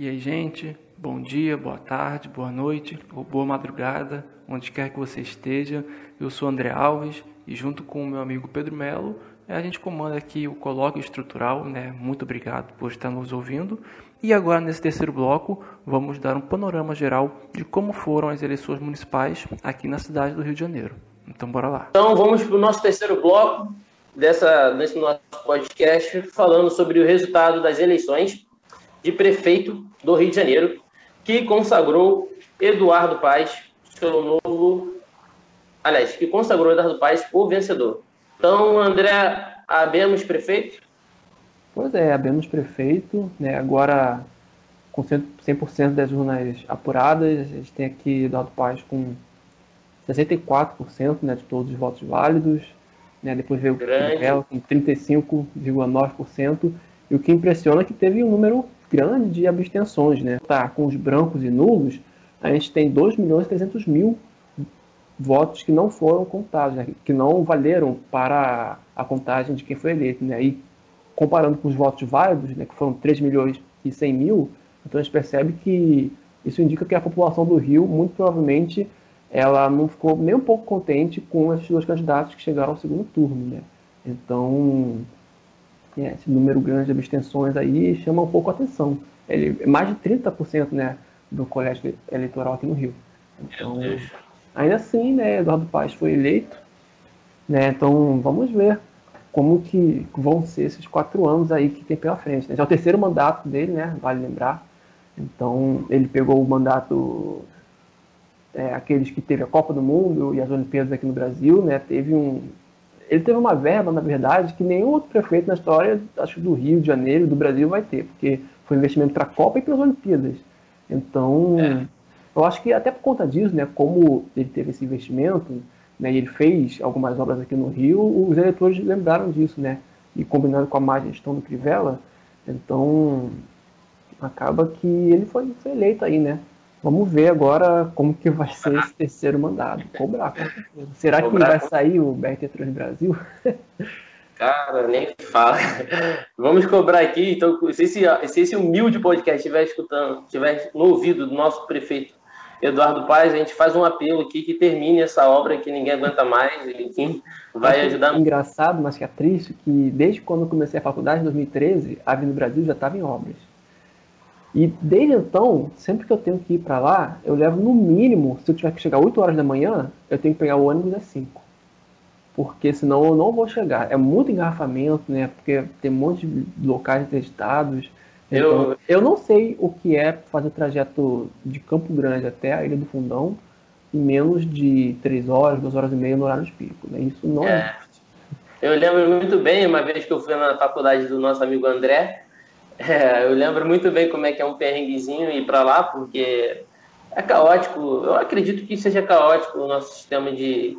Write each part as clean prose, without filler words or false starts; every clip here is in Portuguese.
E aí, gente, bom dia, boa tarde, boa noite ou boa madrugada, onde quer que você esteja. Eu sou André Alves e junto com o meu amigo Pedro Melo, a gente comanda aqui o Colóquio Estrutural, né? Muito obrigado por estar nos ouvindo. E agora, nesse terceiro bloco, vamos dar um panorama geral de como foram as eleições municipais aqui na cidade do Rio de Janeiro. Então, bora lá. Então, vamos para o nosso terceiro bloco desse nosso podcast, falando sobre o resultado das eleições de prefeito do Rio de Janeiro, que consagrou Eduardo Paes, o vencedor. Então, André, abemos prefeito? Pois é, abemos prefeito, né? Agora com 100% das urnas apuradas, a gente tem aqui Eduardo Paes com 64%, né, de todos os votos válidos, né? Depois veio o Crivella com 35,9%, e o que impressiona é que teve um número grande de abstenções, né? Tá, com os brancos e nulos, a gente tem 2.300.000 votos que não foram contados, né? Que não valeram para a contagem de quem foi eleito, né? E comparando com os votos válidos, né, que foram 3.100.000, então a gente percebe que isso indica que a população do Rio, muito provavelmente, ela não ficou nem um pouco contente com esses dois candidatos que chegaram ao segundo turno, né? Então, esse número grande de abstenções aí chama um pouco a atenção. Ele é mais de 30%, né, do colégio eleitoral aqui no Rio. Então, ainda assim, né, Eduardo Paes foi eleito, né? Então, vamos ver como que vão ser esses 4 anos aí que tem pela frente, né? Já é o terceiro mandato dele, né? Vale lembrar. Então, ele pegou o mandato, aqueles que teve a Copa do Mundo e as Olimpíadas aqui no Brasil, né? Ele teve uma verba, na verdade, que nenhum outro prefeito na história, acho, do Rio de Janeiro, do Brasil, vai ter, porque foi investimento para a Copa e para as Olimpíadas. Então, eu acho que até por conta disso, né? Como ele teve esse investimento, né, e ele fez algumas obras aqui no Rio, os eleitores lembraram disso, né? E combinando com a má gestão do Crivella, então acaba que ele foi eleito aí, né? Vamos ver agora como que vai ser esse terceiro mandato. Cobrar, com certeza. Será que vai sair o BRT Trans Brasil? Cara, nem fala. Vamos cobrar aqui, então, se esse humilde podcast estiver escutando, estiver no ouvido do nosso prefeito Eduardo Paes, a gente faz um apelo aqui que termine essa obra que ninguém aguenta mais, enfim, vai ajudar. Engraçado, mas que é triste, que desde quando eu comecei a faculdade, em 2013, a Avenida Brasil já estava em obras. E desde então, sempre que eu tenho que ir para lá, eu levo no mínimo, se eu tiver que chegar 8 horas da manhã, eu tenho que pegar o ônibus às 5. Porque senão eu não vou chegar. É muito engarrafamento, né? Porque tem um monte de locais interditados. Então, eu não sei o que é fazer o trajeto de Campo Grande até a Ilha do Fundão em menos de 3 horas, 2 horas e meia no horário de pico, né? Isso não é. Eu lembro muito bem, uma vez que eu fui na faculdade do nosso amigo André, eu lembro muito bem como é que é um perrenguezinho ir para lá, porque é caótico. Eu acredito que seja caótico o nosso sistema de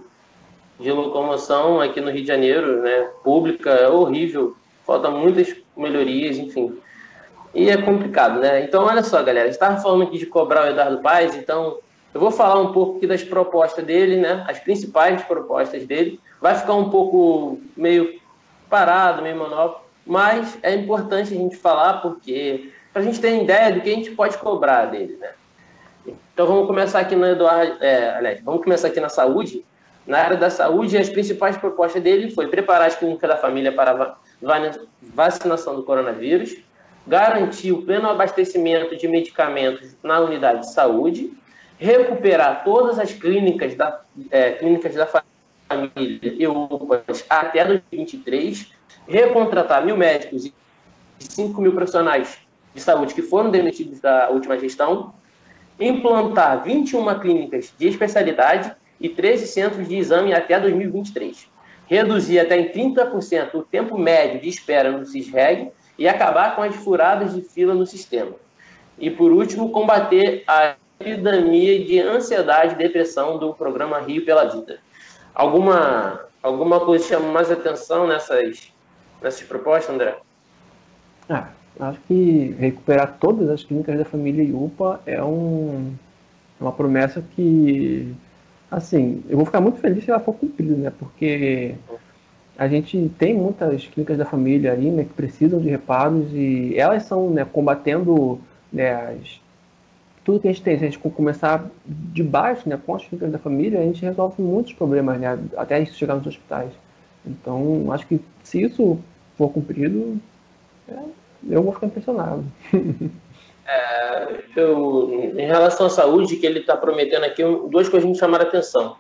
locomoção aqui no Rio de Janeiro, né? Pública, é horrível. Faltam muitas melhorias, enfim. E é complicado, né? Então, olha só, galera. A gente estava falando aqui de cobrar o Eduardo Paes, então eu vou falar um pouco aqui das propostas dele, né? As principais propostas dele. Vai ficar um pouco meio parado, meio monótono, mas é importante a gente falar porque para a gente ter ideia do que a gente pode cobrar dele, né? Então, vamos começar aqui no Eduardo... vamos começar aqui na saúde. Na área da saúde, as principais propostas dele foi preparar as clínicas da família para a vacinação do coronavírus, garantir o pleno abastecimento de medicamentos na unidade de saúde, recuperar todas as clínicas da família e UPAs até 2023, recontratar 1.000 médicos e 5.000 profissionais de saúde que foram demitidos da última gestão, implantar 21 clínicas de especialidade e 13 centros de exame até 2023, reduzir até em 30% o tempo médio de espera no CISREG e acabar com as furadas de fila no sistema. E, por último, combater a epidemia de ansiedade e depressão do programa Rio pela Vida. Alguma coisa chama mais atenção nessas propostas, André? Acho que recuperar todas as clínicas da família e UPA é uma promessa que, assim, eu vou ficar muito feliz se ela for cumprida, né? Porque a gente tem muitas clínicas da família aí, né, que precisam de reparos e elas são, né, combatendo né, tudo que a gente tem, se a gente começar de baixo, né, com as figuras da família, a gente resolve muitos problemas, né, até isso chegar nos hospitais. Então, acho que se isso for cumprido, eu vou ficar impressionado. Em relação à saúde, que ele está prometendo aqui, duas coisas me chamaram a atenção.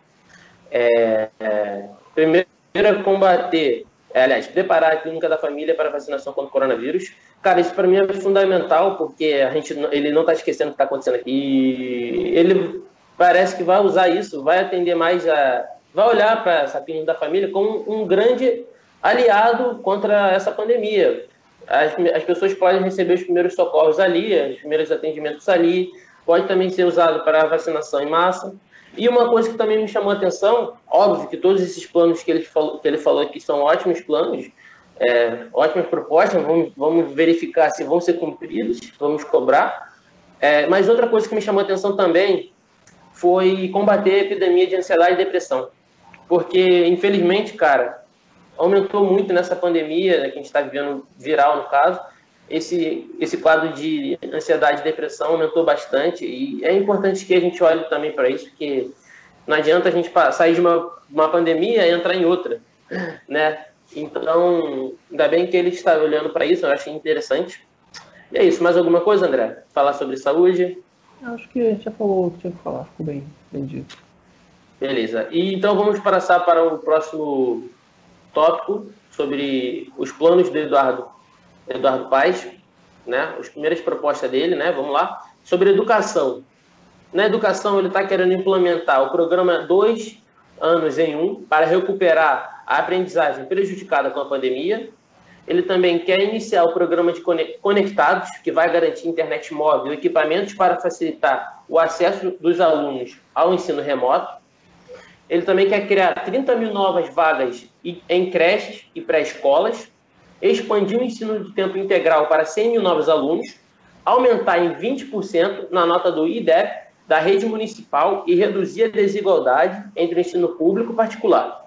Primeiro é combater, aliás, preparar a clínica da família para a vacinação contra o coronavírus. Cara, isso para mim é fundamental, porque ele não está esquecendo o que está acontecendo aqui. E ele parece que vai usar isso, vai atender mais vai olhar para essa clínica da família como um grande aliado contra essa pandemia. As pessoas podem receber os primeiros socorros ali, os primeiros atendimentos ali, pode também ser usado para vacinação em massa. E uma coisa que também me chamou a atenção, óbvio que todos esses planos que ele falou aqui são ótimos planos, ótimas propostas, vamos verificar se vão ser cumpridos, vamos cobrar. Mas outra coisa que me chamou a atenção também foi combater a epidemia de ansiedade e depressão. Porque, infelizmente, cara, aumentou muito nessa pandemia, né, que a gente está vivendo viral, no caso, esse quadro de ansiedade e depressão aumentou bastante, e é importante que a gente olhe também para isso, porque não adianta a gente sair de uma pandemia e entrar em outra, né? Então, ainda bem que ele está olhando para isso, eu achei interessante. E é isso, mais alguma coisa, André? Falar sobre saúde? Acho que a gente já falou o que tinha que falar, ficou bem dito. Beleza. E então vamos passar para o próximo tópico, sobre os planos do Eduardo Paes, né? As primeiras propostas dele, né? Vamos lá. Sobre educação. Na educação, ele está querendo implementar o programa 2 anos em 1 para recuperar a aprendizagem prejudicada com a pandemia. Ele também quer iniciar o programa de Conectados, que vai garantir internet móvel e equipamentos para facilitar o acesso dos alunos ao ensino remoto. Ele também quer criar 30 mil novas vagas em creches e pré-escolas, expandir o ensino de tempo integral para 100 mil novos alunos, aumentar em 20% na nota do IDEB da rede municipal e reduzir a desigualdade entre o ensino público e particular.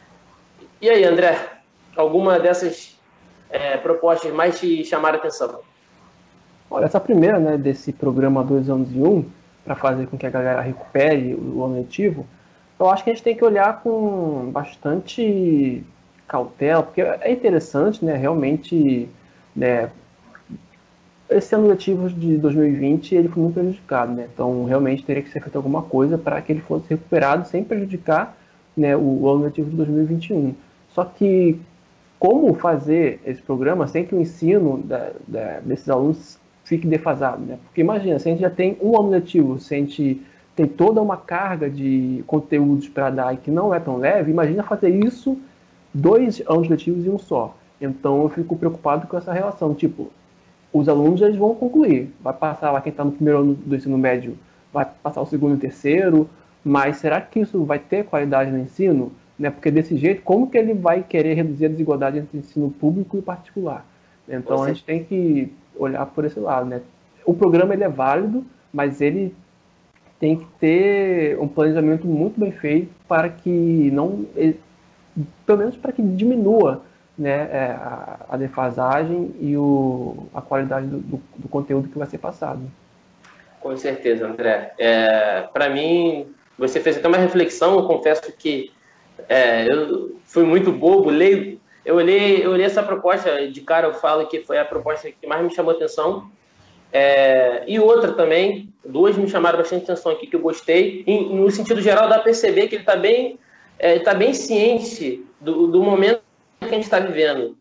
E aí, André, alguma dessas propostas mais te chamaram a atenção? Olha, essa primeira, né, desse programa 2 anos em 1, para fazer com que a galera recupere o ano letivo, eu acho que a gente tem que olhar com bastante cautela, porque é interessante, né, realmente, né, esse ano letivo de 2020 ele foi muito prejudicado, né, então realmente teria que ser feito alguma coisa para que ele fosse recuperado sem prejudicar, né, o ano letivo de 2021. Só que como fazer esse programa sem que o ensino desses alunos fique defasado, né? Porque imagina, se a gente já tem um ano letivo, se a gente tem toda uma carga de conteúdos para dar e que não é tão leve, imagina fazer isso 2 anos letivos em um só. Então eu fico preocupado com essa relação, tipo, os alunos eles vão concluir, vai passar lá quem está no primeiro ano do ensino médio, vai passar o segundo e o terceiro, mas será que isso vai ter qualidade no ensino? Né? Porque desse jeito, como que ele vai querer reduzir a desigualdade entre ensino público e particular? Então a gente tem que olhar por esse lado, né? O programa ele é válido, mas ele tem que ter um planejamento muito bem feito para que não, pelo menos para que diminua, né, a defasagem e a qualidade do conteúdo que vai ser passado. Com certeza, André. Para mim, você fez até uma reflexão, eu confesso que eu fui muito bobo, eu olhei essa proposta, de cara eu falo que foi a proposta que mais me chamou a atenção, e outra também, duas me chamaram bastante atenção aqui, que eu gostei, no sentido geral dá para perceber que ele está bem ciente do momento que a gente está vivendo.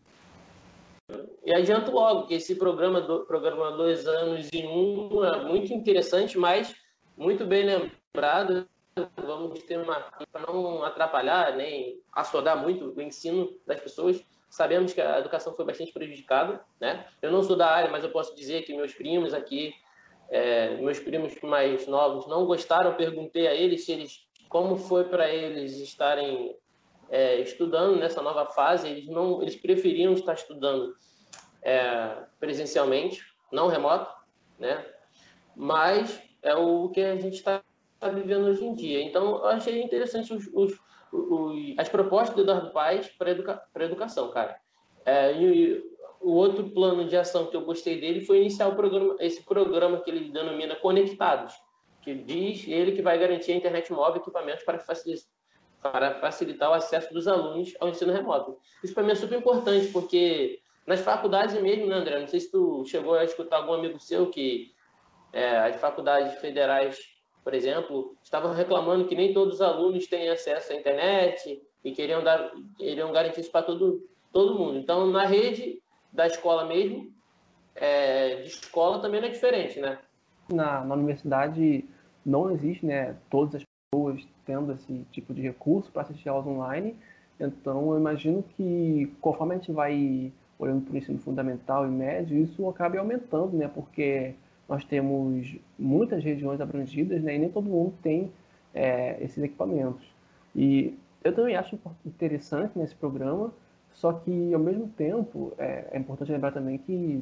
E adianto logo que esse programa 2 anos em 1 é muito interessante, mas muito bem lembrado. Vamos ter para não atrapalhar nem assodar muito o ensino das pessoas. Sabemos que a educação foi bastante prejudicada, né? Eu não sou da área, mas eu posso dizer que meus primos aqui, meus primos mais novos, não gostaram. Perguntei a eles como foi para eles estarem estudando nessa nova fase. Eles preferiam estar estudando presencialmente, não remoto, né? Mas é o que a gente está vivendo hoje em dia. Então, eu achei interessante as propostas do Eduardo Paes para a educação, cara. o outro plano de ação que eu gostei dele foi iniciar esse programa que ele denomina Conectados, que diz ele que vai garantir a internet móvel e equipamentos para facilitar o acesso dos alunos ao ensino remoto. Isso para mim é super importante, porque nas faculdades mesmo, né, André? Não sei se tu chegou a escutar algum amigo seu que as faculdades federais, por exemplo, estavam reclamando que nem todos os alunos têm acesso à internet e queriam garantir isso para todo mundo. Então, na rede da escola mesmo, de escola também não é diferente, né? Na universidade não existe, né, todas as pessoas tendo esse tipo de recurso para assistir aulas online. Então, eu imagino que conforme a gente vai olhando para o ensino fundamental e médio, isso acaba aumentando, né, porque nós temos muitas regiões abrangidas, né, e nem todo mundo tem esses equipamentos. E eu também acho interessante nesse programa, só que, ao mesmo tempo, é importante lembrar também que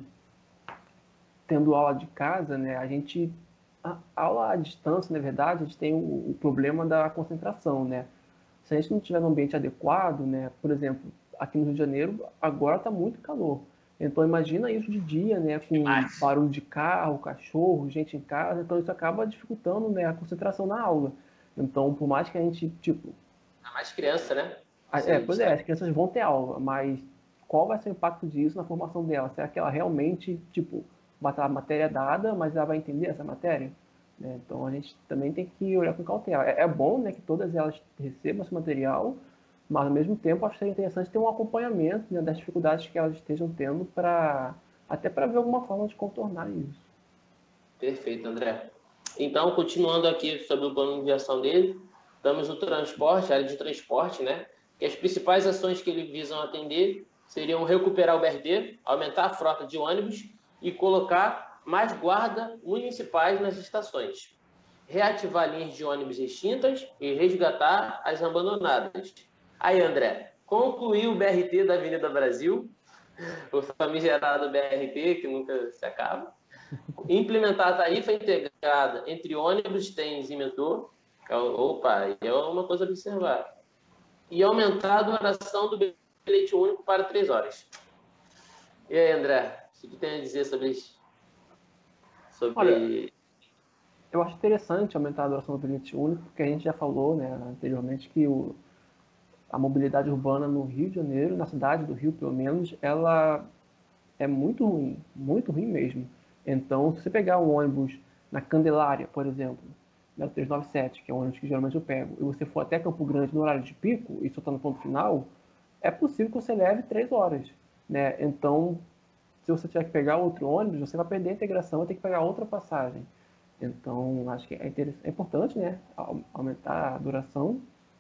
tendo aula de casa, né, a aula à distância, na verdade, a gente tem o problema da concentração, né? Se a gente não tiver no ambiente adequado, né, por exemplo, aqui no Rio de Janeiro agora está muito calor. Então imagina isso de dia, né, com barulho de carro, cachorro, gente em casa, então isso acaba dificultando, né, a concentração na aula. Então, por mais que a gente, tipo, Mais criança, né? pois é, as crianças vão ter aula, mas qual vai ser o impacto disso na formação dela? Será que ela realmente, tipo, vai estar a matéria dada, mas ela vai entender essa matéria? Né? Então a gente também tem que olhar com cautela. É bom, né, que todas elas recebam esse material, mas ao mesmo tempo acho que seria interessante ter um acompanhamento, né, das dificuldades que elas estejam tendo até para ver alguma forma de contornar isso. Perfeito, André. Então, continuando aqui sobre o plano de ação dele, estamos no transporte, área de transporte, né? Que as principais ações que ele visam atender seriam recuperar o BRT, aumentar a frota de ônibus e colocar mais guarda municipais nas estações, reativar linhas de ônibus extintas e resgatar as abandonadas. Aí, André, concluir o BRT da Avenida Brasil, o famigerado BRT, que nunca se acaba, implementar a tarifa integrada entre ônibus, trens e metrô. Opa, é uma coisa a observar. E aumentar a duração do bilhete único para 3 horas. E aí, André, o que tem a dizer sobre isso? Olha, Sobre... eu acho interessante aumentar a duração do bilhete único, porque a gente já falou, né, anteriormente que a mobilidade urbana no Rio de Janeiro, na cidade do Rio pelo menos, ela é muito ruim mesmo. Então, se você pegar um ônibus na Candelária, por exemplo, né, o 397, que é o ônibus que geralmente eu pego, e você for até Campo Grande no horário de pico, e só está no ponto final, é possível que você leve 3 horas. Né? Então, se você tiver que pegar outro ônibus, você vai perder a integração, vai ter que pegar outra passagem. Então, acho que é importante, né, aumentar a duração.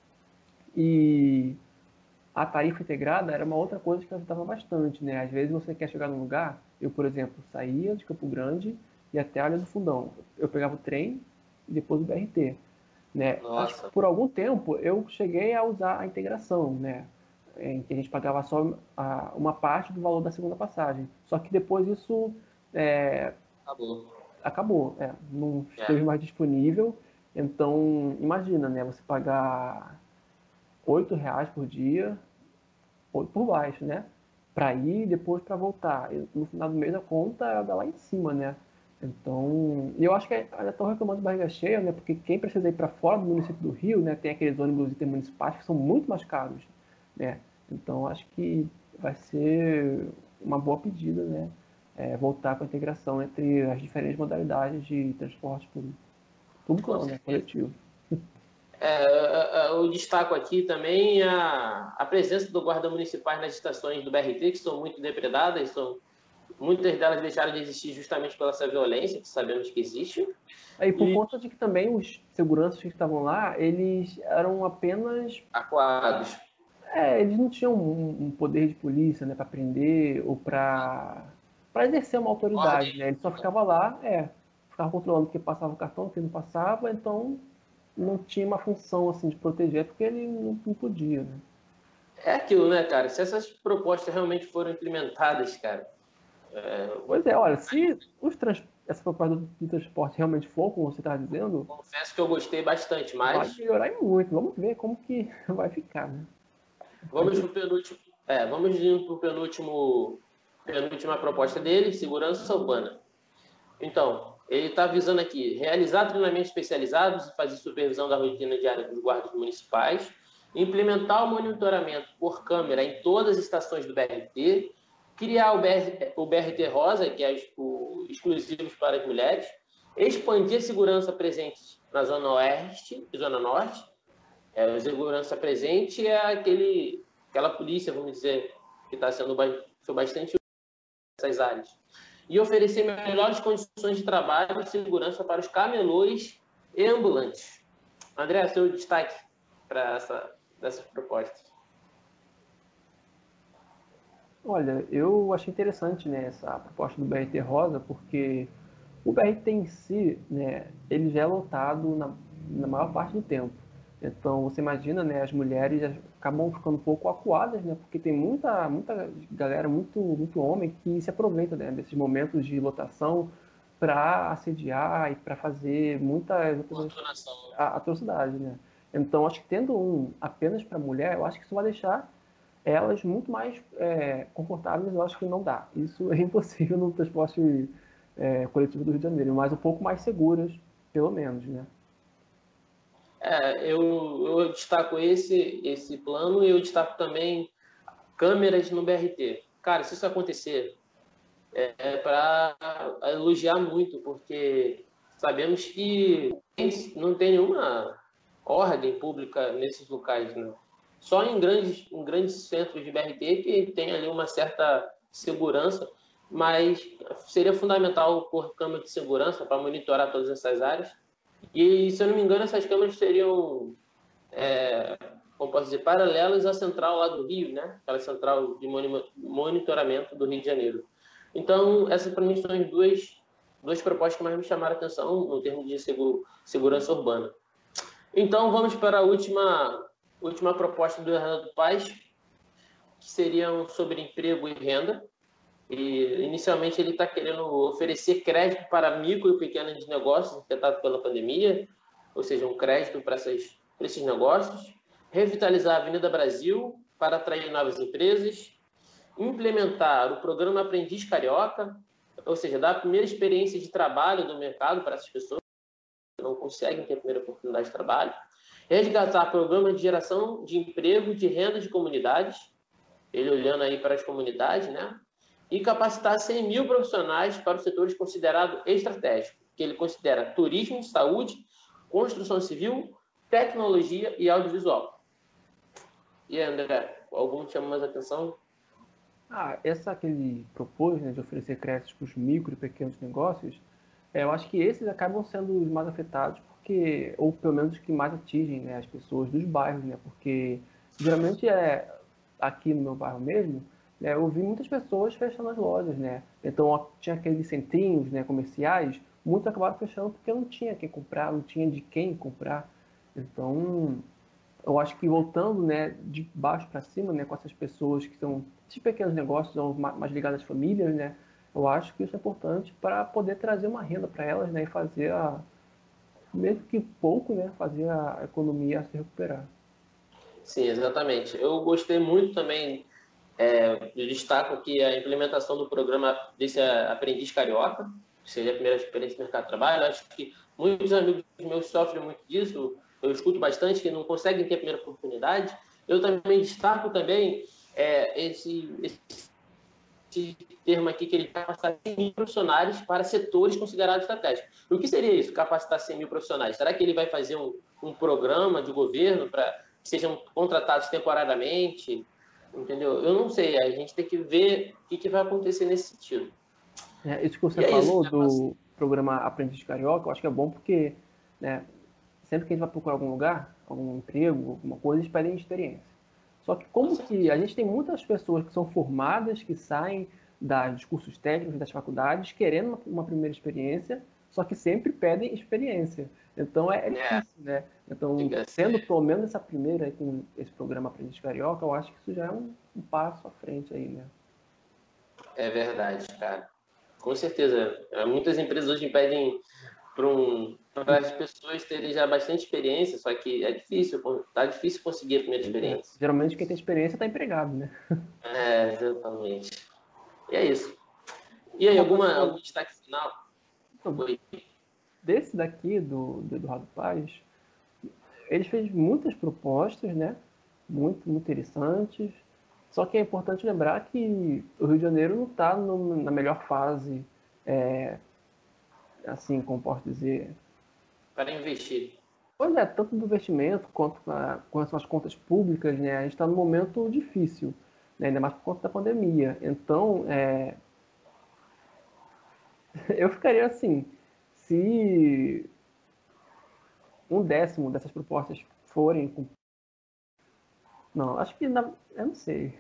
E a tarifa integrada era uma outra coisa que ajudava bastante, né? Às vezes você quer chegar num lugar, eu, por exemplo, saía de Campo Grande e até a Área do Fundão. Eu pegava o trem e depois o BRT, né? Acho que Nossa, por algum tempo eu cheguei a usar a integração, né? Em que a gente pagava só uma parte do valor da segunda passagem. Só que depois isso acabou. acabou, não esteve É. mais disponível. Então, imagina, né? Você pagar R$ 8 por dia, ou por baixo, né? Para ir e depois para voltar. E no final do mês a conta dá lá em cima, né? Então, e eu acho que ainda estão reclamando de barriga cheia, né? Porque quem precisa ir para fora do município do Rio, né? Tem aqueles ônibus intermunicipais que são muito mais caros, né? Então, acho que vai ser uma boa pedida, né? Voltar com a integração entre as diferentes modalidades de transporte público. Público Com não, né? certeza. Coletivo. Eu destaco aqui também a presença do guarda municipais nas estações do BRT, que são muito depredadas, muitas delas deixaram de existir justamente pela essa violência, que sabemos que existe. Aí por E conta de que também os seguranças que estavam lá, eles eram apenas. acuados. Eles não tinham um poder de polícia, né, para prender ou para exercer uma autoridade, né? Eles só ficavam lá, ficava controlando quem passava o cartão, quem não passava, então não tinha uma função assim de proteger, porque ele não podia, né? É aquilo, né, cara? Se essas propostas realmente foram implementadas, cara, Pois é, olha, se essa proposta do transporte realmente for, como você está dizendo, confesso que eu gostei bastante, vai mas melhorar e muito. Vamos ver como que vai ficar, né? vamos pro penúltimo. Vamos indo pro penúltimo penúltima proposta dele, segurança urbana. Então, ele está visando aqui realizar treinamentos especializados e fazer supervisão da rotina diária dos guardas municipais, implementar o monitoramento por câmera em todas as estações do BRT, criar o BRT Rosa, que é o exclusivo para as mulheres, expandir a segurança presente na Zona Oeste e Zona Norte. A segurança presente é aquela polícia, vamos dizer, que está sendo bastante nessas áreas. E oferecer melhores condições de trabalho e segurança para os camelôs e ambulantes. André, seu destaque para dessas propostas. Olha, eu achei interessante, né, essa proposta do BRT Rosa, porque o BRT em si, né, ele já é lotado na maior parte do tempo. Então, você imagina, né, as mulheres acabam ficando um pouco acuadas, né, porque tem muita galera, muito homem que se aproveita, né, desses momentos de lotação para assediar e para fazer muitas atrocidades, né. Então, acho que tendo um apenas para mulher, eu acho que isso vai deixar elas muito mais confortáveis. Eu acho que não dá. Isso é impossível no transporte coletivo do Rio de Janeiro, mas um pouco mais seguras, pelo menos, né? Eu destaco esse plano e eu destaco também câmeras no BRT. Cara, se isso acontecer, para elogiar muito, porque sabemos que não tem nenhuma ordem pública nesses locais, né? Só em grandes centros de BRT que tem ali uma certa segurança, mas seria fundamental pôr câmera de segurança para monitorar todas essas áreas. E, se eu não me engano, essas câmeras seriam, como posso dizer, paralelas à central lá do Rio, né? Aquela central de monitoramento do Rio de Janeiro. Então, essas para mim são as duas propostas que mais me chamaram a atenção no termo de segurança urbana. Então, vamos para a última proposta do Renato Paes, que seriam sobre emprego e renda. E, inicialmente, ele está querendo oferecer crédito para micro e pequenos negócios afetados pela pandemia, ou seja, um crédito para esses negócios, revitalizar a Avenida Brasil para atrair novas empresas, implementar o programa Aprendiz Carioca, ou seja, dar a primeira experiência de trabalho no mercado para essas pessoas que não conseguem ter a primeira oportunidade de trabalho, resgatar programas de geração de emprego de renda de comunidades, ele olhando aí para as comunidades, né? E capacitar 100 mil profissionais para os setores considerados estratégicos, que ele considera turismo, saúde, construção civil, tecnologia e audiovisual. E aí, André, algum te chama mais atenção? Essa que ele propôs, né, de oferecer créditos para os micro e pequenos negócios, eu acho que esses acabam sendo os mais afetados, porque, ou pelo menos os que mais atingem, né, as pessoas dos bairros, né, porque geralmente aqui no meu bairro mesmo, né, eu vi muitas pessoas fechando as lojas, né, então tinha aqueles centrinhos, né, comerciais, muitos acabaram fechando porque não tinha quem comprar, não tinha de quem comprar. Então, eu acho que voltando, né, de baixo para cima, né, com essas pessoas que são esses pequenos negócios, são mais ligadas às famílias, né, eu acho que isso é importante para poder trazer uma renda para elas, né, e fazer mesmo que pouco, né, fazer a economia se recuperar. Sim, exatamente. Eu gostei muito também, eu destaco aqui a implementação do programa desse Aprendiz Carioca, que seria a primeira experiência no mercado de trabalho. Eu acho que muitos amigos meus sofrem muito disso, eu escuto bastante, que não conseguem ter a primeira oportunidade. Eu também destaco também esse termo aqui, que ele capacita 100 mil profissionais para setores considerados estratégicos. O que seria isso, capacitar 100 mil profissionais? Será que ele vai fazer um programa de governo para que sejam contratados temporariamente? Entendeu? Eu não sei, a gente tem que ver o que vai acontecer nesse sentido. Isso que você falou do programa Aprendiz Carioca, eu acho que é bom porque, né, sempre que a gente vai procurar algum lugar, algum emprego, alguma coisa, eles pedem experiência. Só que como que a gente tem muitas pessoas que são formadas, que saem dos cursos técnicos, das faculdades, querendo uma primeira experiência, só que sempre pedem experiência. Então é difícil, né? Então, tendo pelo menos essa primeira, com esse programa Aprendiz Carioca, eu acho que isso já é um passo à frente aí, né? É verdade, cara. Com certeza. Muitas empresas hoje pedem para as pessoas terem já bastante experiência, só que tá difícil conseguir a primeira experiência. Geralmente quem tem experiência está empregado, né? Exatamente. E é isso. E aí, algum destaque final? Oi. Desse daqui, do Eduardo Paes, ele fez muitas propostas, né? Muito interessantes. Só que é importante lembrar que o Rio de Janeiro não está na melhor fase, assim, como posso dizer. Para investir. Pois é, tanto do investimento quanto as contas públicas, né? A gente está num momento difícil, né? Ainda mais por conta da pandemia. Então, eu ficaria assim, se um décimo dessas propostas forem. Não, acho que. Eu não sei.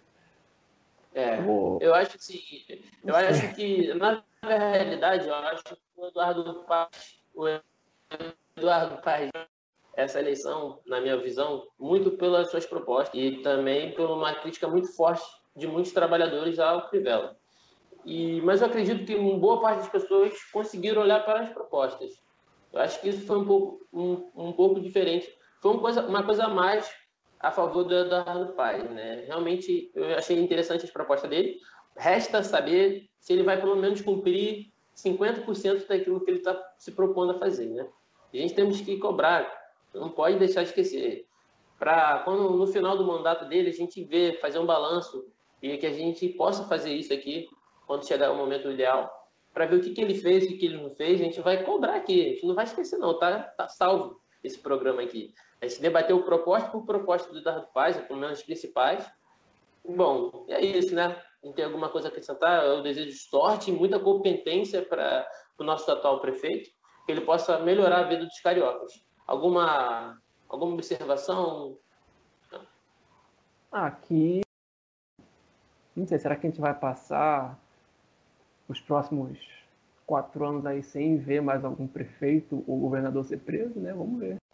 Eu acho assim, Não eu sei. acho que, na realidade, eu acho que o Eduardo Paes, essa eleição, na minha visão, muito pelas suas propostas e também por uma crítica muito forte de muitos trabalhadores ao Crivella. Mas eu acredito que uma boa parte das pessoas conseguiram olhar para as propostas. Eu acho que isso foi um pouco diferente. Foi uma coisa a mais a favor do Eduardo Paes, né? Realmente, eu achei interessante as propostas dele. Resta saber se ele vai, pelo menos, cumprir 50% daquilo que ele está se propondo a fazer, né? A gente temos que cobrar, não pode deixar de esquecer. Para quando no final do mandato dele a gente ver, fazer um balanço e que a gente possa fazer isso aqui quando chegar o momento ideal, para ver o que ele fez, o que ele não fez, a gente vai cobrar aqui, a gente não vai esquecer não, tá salvo esse programa aqui. A gente debateu proposta por proposta do Eduardo Paes, pelo menos as principais. Bom, é isso, né? Não tem alguma coisa a acrescentar? Eu desejo sorte e muita competência para o nosso atual prefeito, que ele possa melhorar a vida dos cariocas. Alguma observação? Aqui, não sei, será que a gente vai passar os próximos 4 anos aí sem ver mais algum prefeito ou governador ser preso, né? Vamos ver.